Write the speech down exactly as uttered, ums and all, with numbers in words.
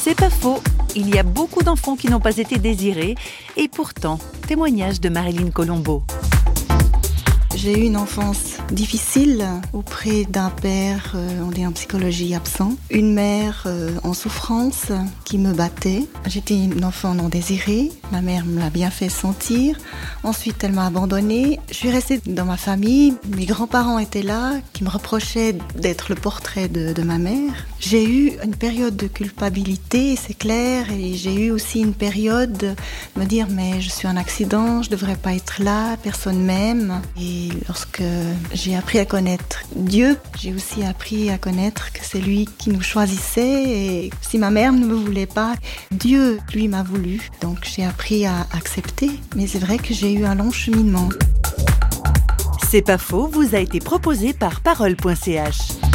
C'est pas faux, il y a beaucoup d'enfants qui n'ont pas été désirés, et pourtant, témoignage de Marilyn Colombo. J'ai eu une enfance difficile auprès d'un père, euh, on dit en psychologie, absent. Une mère euh, en souffrance qui me battait. J'étais une enfant non désirée. Ma mère me l'a bien fait sentir. Ensuite, elle m'a abandonnée. Je suis restée dans ma famille. Mes grands-parents étaient là, qui me reprochaient d'être le portrait de, de ma mère. J'ai eu une période de culpabilité, c'est clair. Et j'ai eu aussi une période de me dire, mais je suis un accident, je ne devrais pas être là, personne m'aime. Et lorsque j'ai appris à connaître Dieu, j'ai aussi appris à connaître que c'est lui qui nous choisissait. Et si ma mère ne me voulait pas, Dieu, lui, m'a voulu. Donc j'ai appris à accepter. Mais c'est vrai que j'ai eu un long cheminement. C'est pas faux, vous a été proposé par parole point c h.